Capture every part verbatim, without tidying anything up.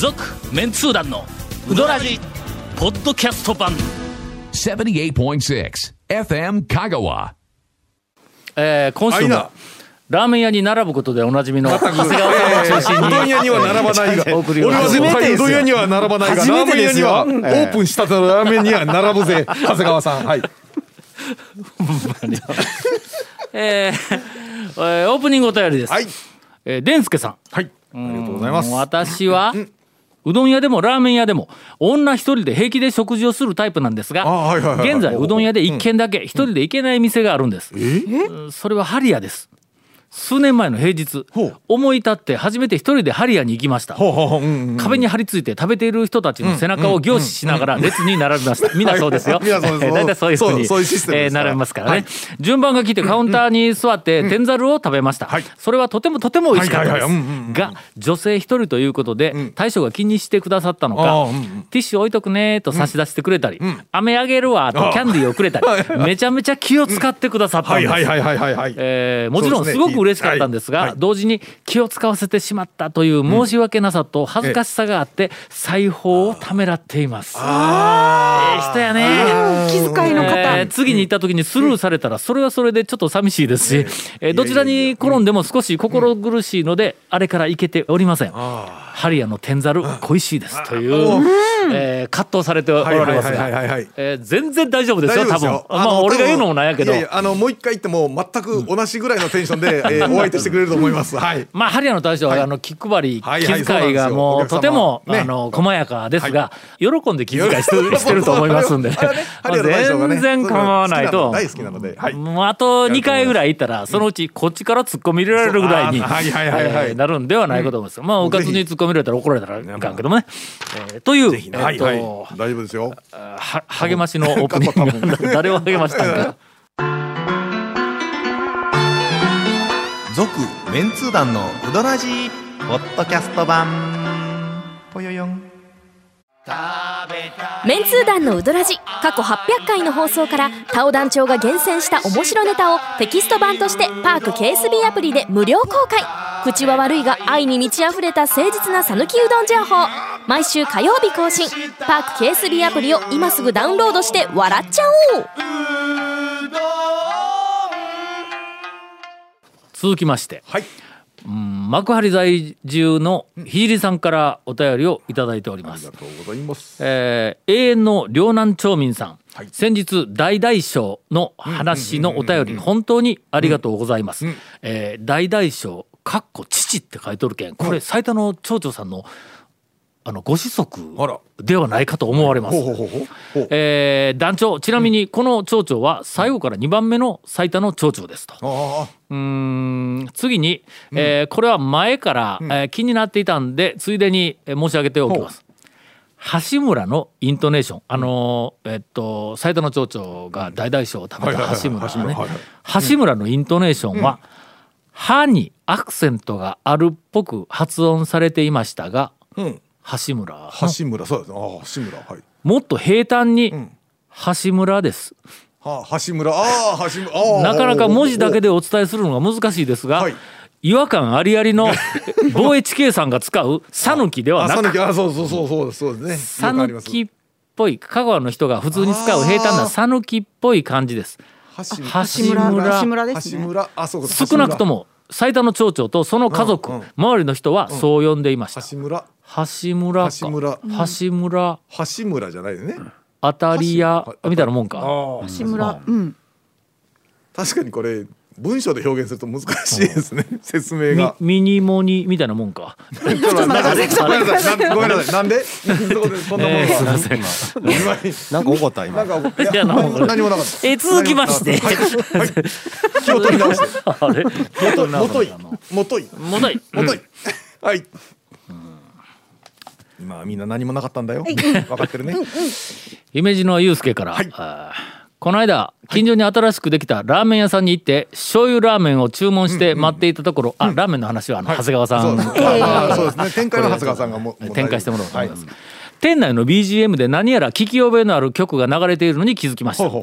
続メンツー団のウドラジポッドキャスト版ななじゅうはちてんろく エフエム 香川、 えー、今週もラーメン屋に並ぶことでおなじみの長谷川さんを中心に、 うどん屋には並ばないが、俺は絶対うどん屋には並ばないが、ラーメン屋にはオープンしたてのラーメンには並ぶぜ、長谷川さん。はい。 えーえー、オープニングお便りです。 はい。 えー、でんすけさん。 はい。ありがとうございます。 私は、うん、うどん屋でもラーメン屋でも女一人で平気で食事をするタイプなんですが、はいはいはいはい、現在うどん屋で一軒だけ一人で行けない店があるんです。うん、それはハリヤです。数年前の平日、思い立って初めて一人でハリヤに行きました。ほうほう、うんうん、壁に張り付いて食べている人たちの背中を凝視しながら列に並びました。みんなそうですよ。大体そういうふうにえー、並びますからね、はい、順番が来てカウンターに座って天ざるを食べました、はい、それはとてもとても美味しかったですが、女性一人ということで、うん、大将が気にしてくださったのか、うん、ティッシュ置いとくねと差し出してくれたり、うん、飴あげるわとキャンディーをくれたり、めちゃめちゃ気を使ってくださったんです。もちろんすごく嬉しかったんですが、はいはい、同時に気を使わせてしまったという申し訳なさと恥ずかしさがあって裁縫をためらっています。あ、ええ人やね。 気遣いの方、 えー、次に行った時にスルーされたらそれはそれでちょっと寂しいですし、えー、どちらに転んでも少し心苦しいのであれから行けておりません。ハリヤの天ざる恋しいですという、えー、葛藤されておられますが、えー、全然大丈夫ですよ多分。まあ俺が言うのもなんやけど、いやいや、 あのもう一回行っても全く同じぐらいのテンションで、えー、お相手してくれると思います。はい、 まあハリヤの大将は、はい、あの気配り、はい、気遣いがもうとても、ね、あの細やかですが、はい、喜んで気遣いしてる、してると思いますんで、ね、全然構わないと。 大好きなので、はい、 もうあとにかいぐらい行ったらそのうちこっちから突っ込み入れられるぐらいになるんではないかと思います。うん、まあおかずに突っ込み入れたら怒られたらいかんけどもね、えー、という、ね、えーはいはい、 大丈夫ですよ。 は励ましのオープニング誰を励ましたんか。 続メンツー団のウドラジーポッドキャスト版ぽよよん。 メンツー団のウドラジ過去はっぴゃっかいの放送からタオ団長が厳選した面白ネタをテキスト版としてパーク ケーエスビー アプリで無料公開。口は悪いが愛に満ち溢れた誠実な讃岐うどん情報、毎週火曜日更新。パーク ケーエスビー アプリを今すぐダウンロードして笑っちゃおう。 続きまして、 はい、 うん、幕張在住のひじりさんからお便りをいただいております。 ありがとうございます。 えー、永遠の両南町民さん、はい、先日大大小の話のお便り本当にありがとうございます。えー、大大小かっこ父って書いとるけん、これ最多の町長さんのあのご子息ではないかと思われます。えー、団長、ちなみにこの町長は最後からにばんめの最多の町長ですと。うーん、次に、えー、これは前から、えー、気になっていたんでついでに申し上げておきます。橋村のイントネーション、あのー、えっと最多の町長が大大小を食べた橋村ね、橋村のイントネーションは、うん、歯にアクセントがあるっぽく発音されていましたが、うん、橋村橋村、そうですね、あ橋村、はい、 もっと平坦に、うん、橋村です、 はあ、橋村、あ橋村、あなかなか文字だけでお伝えするのが難しいですが、はい、違和感ありありの防衛地形さんが使うさぬきではなく、 ああそうそうそうそうそうですね、 さぬきっぽい、香川の人が普通に使う平坦なさぬきっぽい感じです。 橋村、橋村ですね。 あそうか、 少なくとも最多の町長とその家族、うんうん、周りの人はそう呼んでいました。 橋村、 橋村か、 橋村、 橋村、 橋村じゃないよね、 当たり屋みたいなもんか。 橋村、うん、 確かにこれ文章で表現すると難しいですね、うん、説明がミニモニみたいなもんか。 ごめんなさい、なんでそんなものが、 なんか怒った今。 なんかいや何もなかった。 え続きまして、 気を取り直して、 あれもといもといもといもとい、はい。今みんな何もなかったんだよ、分かってるね。 姫路のゆうすけから、この間近所に新しくできたラーメン屋さんに行って醤油ラーメンを注文して待っていたところ、あラーメンの話はあの長谷川さん、 そうですね、展開の長谷川さんがも展開してもらおうと思います。店内の ビージーエム で何やら聞き覚えのある曲が流れているのに気づきました。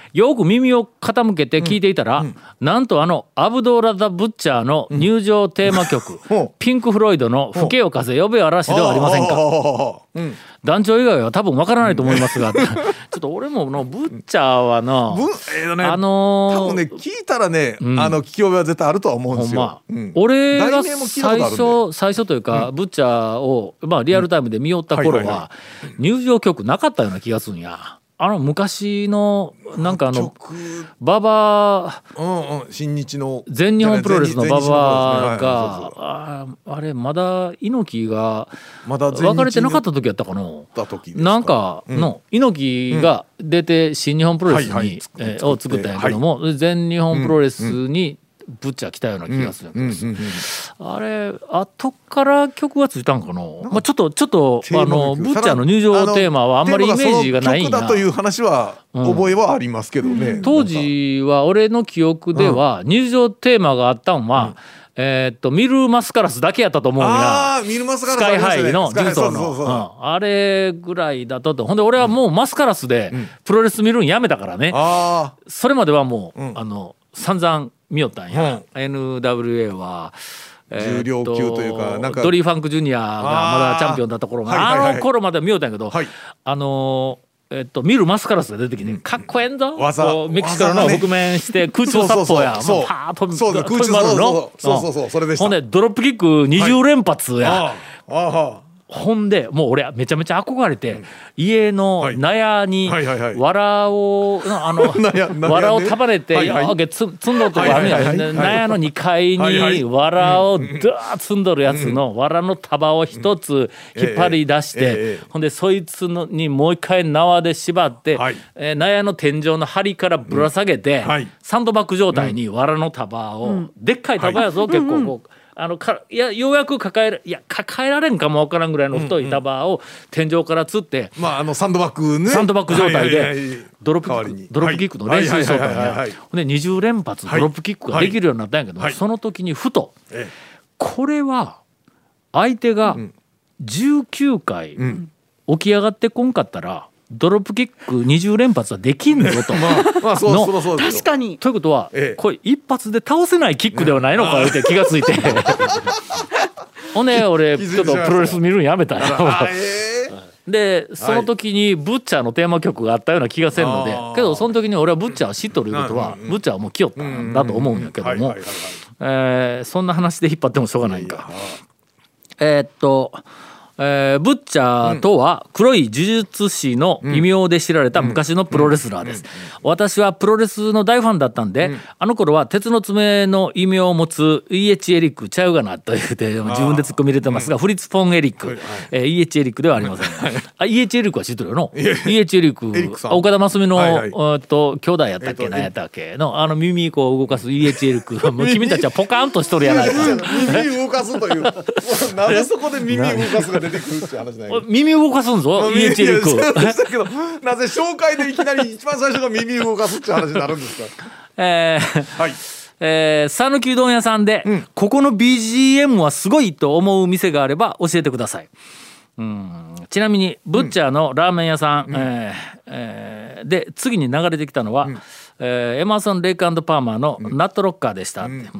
よく耳を傾けて聞いていたら、うんうん、なんとあのアブドーラ・ザ・ブッチャーの入場テーマ曲、うん、ピンク・フロイドの吹けよ風呼べよ嵐ではありませんか。うん、団長以外は多分わからないと思いますがちょっと俺ものブッチャーはな、 えーね、あのー、多分ね聞いたらね、うん、あの聞き覚えは絶対あるとは思うんですよ、まうん、 俺が最初最初というか、うん、ブッチャーを、まあ、リアルタイムで見よった頃は入場曲なかったような気がするんや。あの昔のなんかあの馬場、 うんうん、新日の全日本プロレスの馬場がああれまだ猪木が別れてなかった時やったかな。なんかの猪木が出て新日本プロレスにえを作ったんやけども、全日本プロレスにブッチャー来たような気がするんです、うんうんうんうん、あれ後から曲がついたんかな。まあ、ちょっとちょっとあのブッチャーの入場テーマはあんまりイメージがないんや。 曲だという話は覚えはありますけどね、 うん、当時は俺の記憶では入場テーマがあったんは、うんえー、っとミルマスカラスだけやったと思うんや。 あミルマスカラス、 スカイハイの重曹のあれぐらいだと。ほんで俺はもうマスカラスでプロレス見るんやめたからね、うん、それまではもう、うん、あの散々見よったんや、うん、エヌダブリューエー は重量級というか、なんかドリー・ファンク・ジュニアがまだチャンピオンだった頃、あ,、はいはいはい、あの頃まで見よったんやけど、はい、あのえっと、見るマスカラスが出てきて、うん、かっこええんぞこうメキシコの覆面して空中殺法やパーッと飛び回るの。 そうそうそうそれでした。 ほんでドロップキックにじゅう連発や、はい、ああほんでもう俺めちゃめちゃ憧れて、うん、家の納屋にわらをあのわらを束ねて、はいはい、積んどるとこあるやん。納屋のにかいにわらをドーッ積んどるやつのわらの束を一つ引っ張り出して、うんえーえー、ほんでそいつのにもう一回縄で縛って、はいえー、納屋の天井の梁からぶら下げて、うんはい、サンドバッグ状態にわらの束を、うん、でっかい束やぞ、はい、結構こうあのかいやようやく抱えらいや抱えられんかもわからんぐらいの太い束を天井からつって、 うんうん、まああのサンドバッグねサンドバッグ状態でドロップキックドロップキックの練習しとったんや。でにじゅう連発ドロップキックができるようになったんやけど、はいはい、その時にふと、ええ、これは相手がじゅうきゅうかい起き上がってこんかったらドロップキックにじゅう連発はできんぞとまあ、まあ、そうそうそう確かにということは、ええ、これ一発で倒せないキックではないのかって気がついてほんで俺ちょっとプロレス見るんやめたよでその時にブッチャーのテーマ曲があったような気がせんので、はい、けどその時に俺はブッチャー知っとるいうことは、うんうん、ブッチャーはもう来よったんだと思うんやけどもそんな話で引っ張ってもしょうがないんか。えー、っとえー、ブッチャーとは黒い呪術師の異名で知られた昔のプロレスラーです。私はプロレスの大ファンだったんで、あの頃は鉄の爪の異名を持つ イーエイチ エリックちゃうがなと言って自分でツッコミ入れてますが、フリッツ・フォン・エリック、えー、イーエイチ エリックではありません。あ イーエイチ エリックは知ってるよの イーエイチ エリック岡田真澄の、はいはい、えっと兄弟やったっけ何やったっけのあの耳こう動かす イーエイチ エリックもう君たちはポカンとしとるやないか耳動かすというなぜそこで耳動かすが出てくるって話ない耳動かすんぞ イーエイチ エリックなぜ紹介でいきなり一番最初が耳動かすって話になるんですか。 えー、はいえー、讃岐うどん屋さんで、うん、ここの ビージーエム はすごいと思う店があれば教えてください。うんちなみにブッチャーのラーメン屋さん、うんえーえー、で次に流れてきたのは、うんえー、エマーソン・レイク&パーマーのナットロッカーでしたって、うん、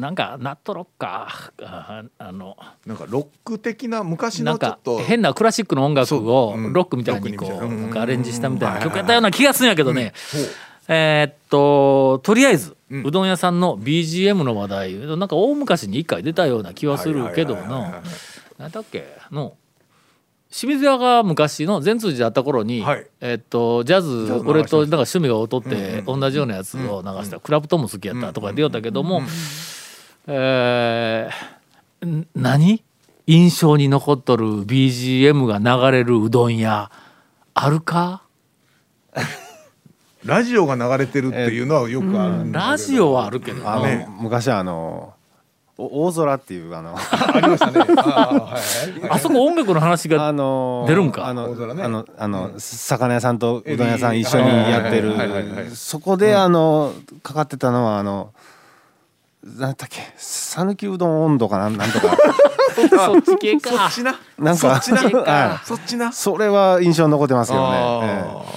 なんかナットロッカーああのなんかロック的な昔のちょっとなんか変なクラシックの音楽をロックみたいにこう、うん、なんかアレンジしたみたいな曲やったような気がするんやけどね、うん、えー、っととりあえず、うん、うどん屋さんの ビージーエム の話題なんか大昔に一回出たような気はするけどの何だっけの清水屋が昔の善通寺であった頃に、はいえー、っとジャズ俺となんか趣味が劣って同じようなやつを流した、うん、クラプトンも好きやったとか出よったけども、うんえー、何印象に残っとる ビージーエム が流れるうどん屋あるかラジオが流れてるっていうのはよくあるんだけど、 ラジオはあるけどあの、ね、昔はあの大空っていうあのありましたね あ,、はい、 あそこ音楽の話が出るんか、 あのあのあのあの魚屋さんとうどん屋さん一緒にやってるそこであのかかってたのはあのなんだっけ讃岐うどん温度かななんとかそっち系かそっちななんかそっちな、はい、そっちなそれは印象に残ってますけどね、えー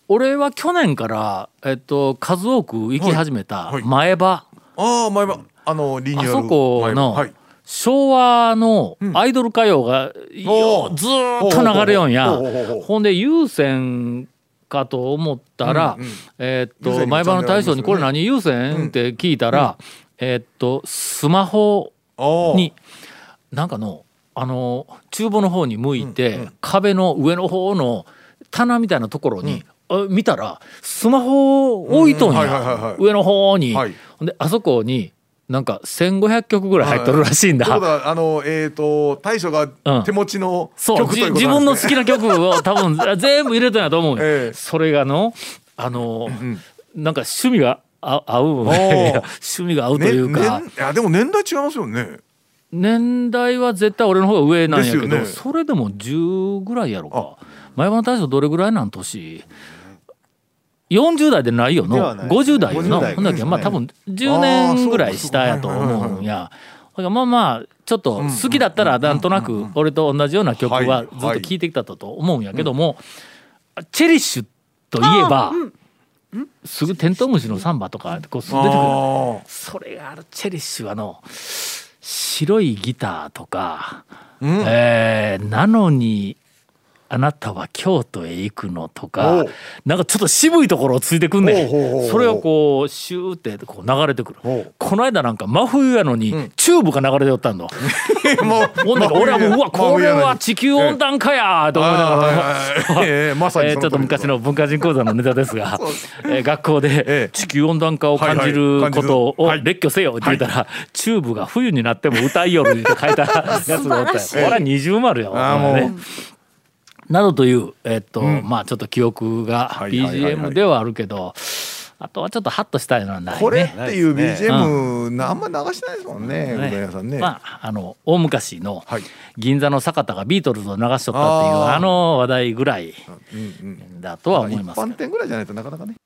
俺は去年から、えっと、数多く行き始めた前場、 はいはい、ああ前場あのリニューアルあそこの、はい、昭和のアイドル歌謡が、うん、ずーっと流れよんや。ほんで有線かと思ったら、うんうん、えー、っと前場の大将にこれ何有線って聞いたら、うん、えー、っとスマホになんかのあの厨房の方に向いて、うんうん、壁の上の方の棚みたいなところに、うん、見たらスマホ置いとんや、上の方に、はい、であそこになんかせんごひゃくきょくぐらい入っとるらしいんだ。 そうだ、あのえっと大将が手持ちの曲ということなんですね。そう、 自分の好きな曲を多分全部入れたんやと思う、えー、それがのあの、うん、なんか趣味が合う趣味が合うというか、 ね、いやでも年代違いますよね。 年代は絶対俺の方が上なんやけど、ね、それでもじゅうぐらいやろか。前場の大将どれぐらいなん年よんじゅう代でないよのごじゅう代よのほんだけまあ多分じゅうねんぐらい下やと思うんや。まあまあちょっと好きだったらなんとなく俺と同じような曲はずっと聴いてきたと思うんやけども、チェリッシュといえばすぐテントウムシのサンバとかこう出てくる。それがあるチェリッシュはの白いギターとか、えー、なのにあなたは京都へ行くのとか、なんかちょっと渋いところをついてくんねん。それをこうシューってこう流れてくる。この間なんか真冬やのにチューブが流れておったんだ。もうなんか俺はもううわこれは地球温暖化やと思いながら、まさにちょっと昔の文化人講座のネタですが、学校で地球温暖化を感じることを列挙せよって言ったら、チューブが冬になっても歌いよるって書いたやつがおったよ。これは二重丸よ。などという、えっと、うん、まあちょっと記憶が ビージーエム ではあるけど、あとはちょっとハッとしたようなないね。 これっていう ビージーエム、うん、あんまり流してないですもんね、うどん屋さんね。 まああの大昔の銀座の坂田がビートルズを流しとったっていう あ, あの話題ぐらいだとは思います。 一般店ぐらいじゃないとなかなかね。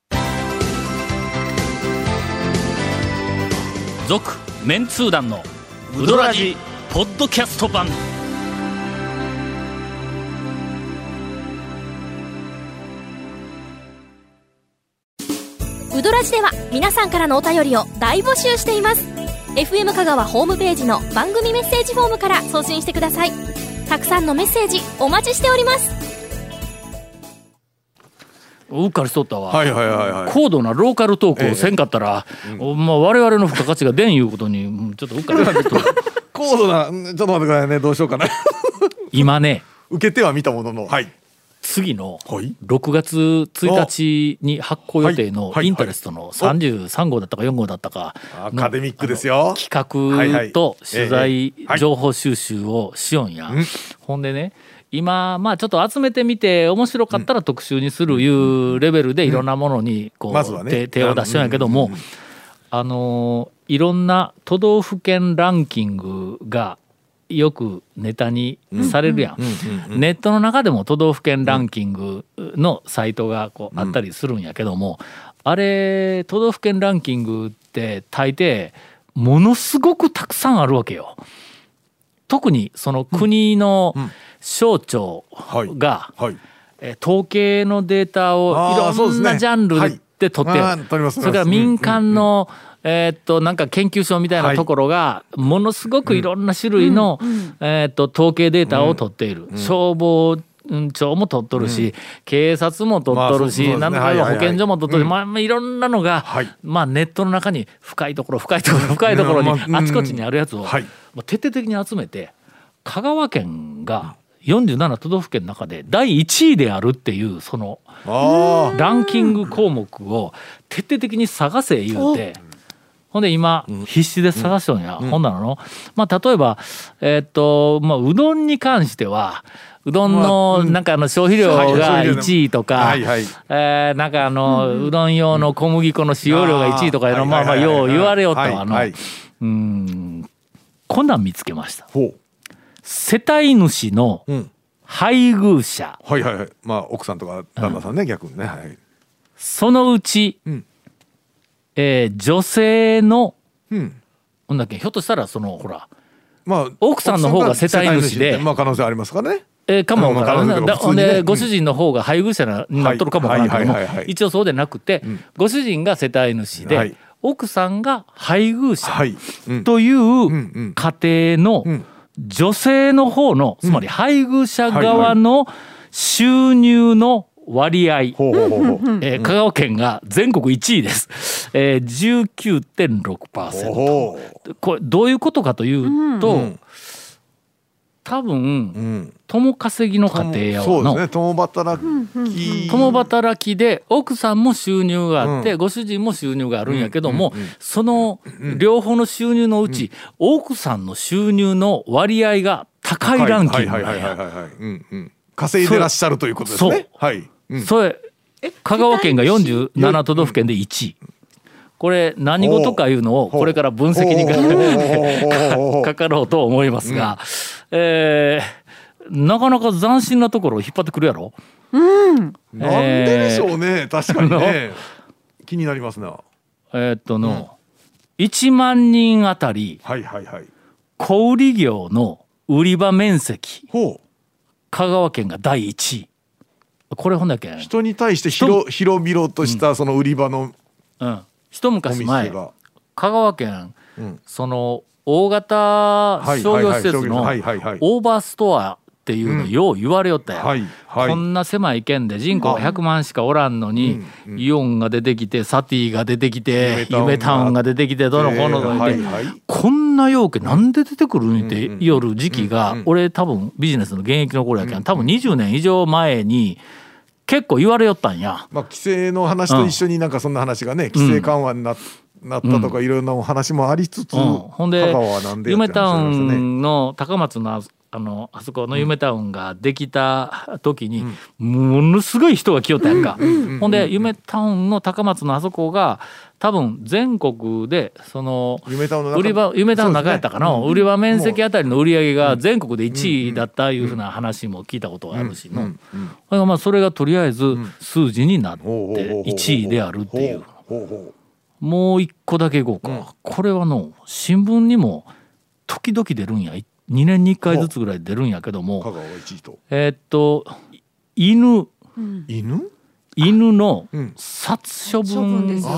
続メンツー団のウドラジポッドキャスト版。 ウドラジでは皆さんからのお便りを大募集しています。 エフエム 香川ホームページの番組メッセージフォームから送信してください。たくさんのメッセージお待ちしております。 うっかりしとったわ、 はいはいはいはい、 高度なローカルトークをせんかったら、ええうんまあ、我々の付加価値が出んいうことにちょっとうっかりしとった高度なちょっと待ってくださいね、どうしようかな今ね受けては見たものの、はい、 次のろくがつついたちに発行予定のインタレストのさんじゅうさんごうだったかよんごうだったかアカデミックですよ。 企画と取材情報収集をしよんや。ほんでね今まあちょっと集めてみて面白かったら特集にするいうレベルでいろんなものにこう手手を出しよんやけども、あのいろんな都道府県ランキングがよくネタにされるやん。ネットの中でも都道府県ランキングのサイトがこうあったりするんやけども、あれ都道府県ランキングって大抵ものすごくたくさんあるわけよ。特にその国の省庁が統計のデータをいろんなジャンルで取って、それから民間のえー、っとなんか研究所みたいなところがものすごくいろんな種類の、うん、えー、っと統計データを取っている、うん、消防庁も取っとるし、うん、警察も取っとるし、まあなんか保健所も取っとるし、まあ、いろんなのが、はい、まあ、ネットの中に深いところ深いところ深いところにあちこちにあるやつを、はい、徹底的に集めて香川県がよんじゅうなな都道府県の中でだいいちいであるっていうそのランキング項目を徹底的に探せ言うて、ほんで今必死で探しとんや、うん、ほんなの、まあ、例えば、えーっとまあ、うどんに関してはうどんのなんかあの消費量がいちいとか、えなんかあのうどん用の小麦粉の使用量がいちいとかいうのまあまあよう言われよったわの、うんこんなん見つけました。世帯主の配偶者、 うん、はいはいはい、まあ奥さんとか旦那さんね、うん、逆にね、はい、 そのうち、うんえー、女性の、うん、だっけひょっとしたらそのほら、まあ、奥さんの方が世帯主で、 まあ、可能性ありますからね。 えー、かもわからん。ほんでご主人の方が配偶者になっとるかもわからんけども、一応そうでなくて、うん、ご主人が世帯主で、はい、奥さんが配偶者という家庭の女性の方の、つまり配偶者側の収入の割合、えー、香川県が全国いちいです、えー、じゅうきゅうてんろくパーセント。 これどういうことかというと、うん、多分、うん、共稼ぎの家庭やわの、 そうですね、共働き共働きで奥さんも収入があって、うん、ご主人も収入があるんやけども、うんうんうん、その両方の収入のうち、うん、奥さんの収入の割合が高いランキングなんや。 稼いでらっしゃるということですね。はい、 うん、それ香川県がよんじゅうなな都道府県でいちい。これ何事かいうのをこれから分析にかかろうと思いますが、うん、えー、なかなか斬新なところを引っ張ってくるやろ。 うん、 なんででしょうね、えー、確かにね気になりますな。 えー、っとの、うん、いちまんにんあたり、はいはいはい、小売業の売り場面積、ほう、香川県がだいいちい。これほんだっけ、 人に対して広広々としたその売り場の、 うんうん、一昔前香川県、うん、その大型商業施設のオーバーストアっていうのよう言われよったよ、うん、はいはい、こんな狭い県で人口ひゃくまんしかおらんのに、うんうん、イオンが出てきてサティが出てきて夢タウンが出てきてどのこのどので、えーはいはい、こんなようけなんで出てくるんって言る時期が、うんうん、俺多分ビジネスの現役の頃やけん多分にじゅうねん以上前に結構言われよったんや。 まあ、規制の話と一緒になんかそんな話がね、うん、規制緩和に な, なったとかいろんなお話もありつつ、うん、 ほんで夢タウンの高松のあのあそこの夢タウンができた時に、うん、ものすごい人が来よったやんか、うん、ほんで夢タウンの高松のあそこが多分全国でその夢タウンの中、 売り場夢タウンの中やったかな、うん、売り場面積あたりの売り上げが全国でいちいだったいうふうな話も聞いたことがあるしの、うんうんうん、まあそれがとりあえず数字になっていちいであるっていう。もう一個だけいこうか、うん、これはの新聞にも時々出るんや、にねんにいっかいずつぐらい出るんやけども、 香川いちいとえー、っと犬、 うん、犬犬の殺処分数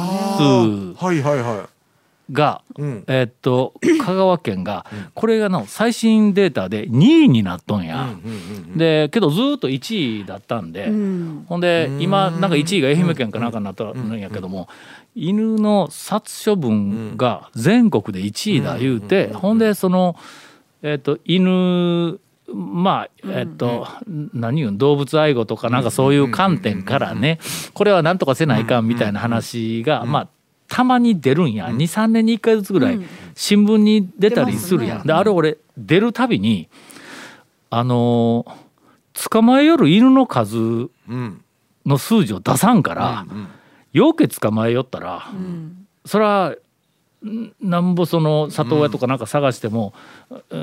がえー、っと香川県がこれがの最新データでにいになっとんや、でけどずっといちいだったんで、ほんで今なんかいちいが愛媛県かなんかになったんやけども、犬の殺処分が全国でいちいだ言うて、ほんでそのえー、と犬まあえー、と何言う動物愛護とかなんかそういう観点からね、これはなんとかせないかんみたいな話がまあたまに出るんや。にさんねんにいっかいずつぐらい新聞に出たりするやん。であれ俺出るたびにあの捕まえよる犬の数の数字を出さんからようけ捕まえよったらそれはなんぼその里親とかなんか探しても、うん、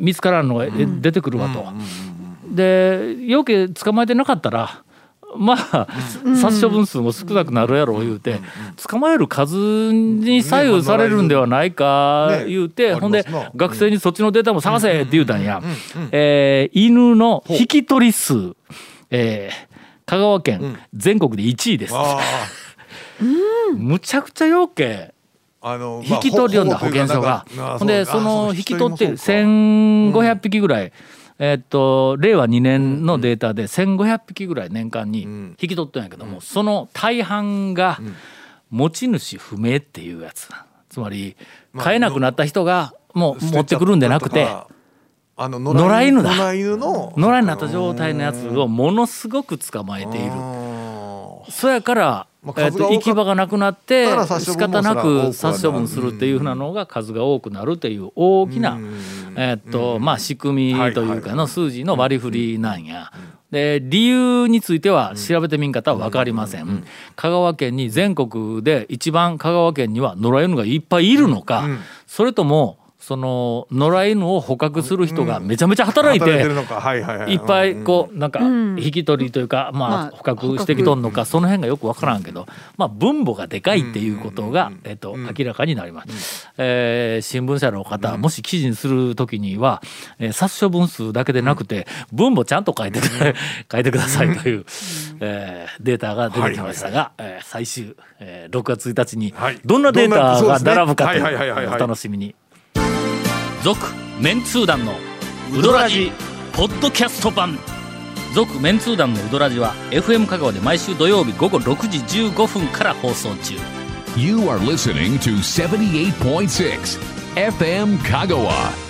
見つからんのが出てくるわと、うん、でよけ捕まえてなかったらまあ、うん、殺処分数も少なくなるやろう言うて、うん、捕まえる数に左右されるんではないか言うて、ね、ほんで学生にそっちのデータも探せって言うたんや、えー、犬の引き取り数、えー、香川県全国でいちいです、うん、むちゃくちゃよけあの引き取りよんだ保健所が、ほんでその引き取ってせんごひゃくぴきぐらい、えー、っとれいわにねんのデータでせんごひゃくぴきぐらい年間に引き取ったんやけども、その大半が持ち主不明っていうやつ、つまり飼えなくなった人がもう持ってくるんでなくてあの野良犬だ、野良犬の野良になった状態のやつをものすごく捕まえている。そやからえー、と行き場がなくなって仕方なく殺処分するっていうふうなのが数が多くなるっていう大きなえーとまあ仕組みというかの数字の割り振りなんや。で理由については調べてみんかったら分かりません。香川県に全国で一番香川県には野良犬がいっぱいいるのか、それともその野良犬を捕獲する人がめちゃめちゃ働いて、いっぱいこうなんか引き取りというか、まあ捕獲してきとんのか、その辺がよくわからんけど、まあ分母がでかいっていうことがえっと明らかになります。えー、新聞社の方、もし記事にするときには、えー、殺処分数だけでなくて分母ちゃんと書いて書いてくださいという、えー、データが出てきましたが、えー、最終、えー、ろくがつついたちにどんなデータが並ぶかというお楽しみに。続メンツー団のウドラジポッドキャスト版。続メンツー団のウドラジは エフエム 香川で毎週土曜日午後ろくじじゅうごふんから放送中。 You are listening to seventy-eight point six エフエム 香川。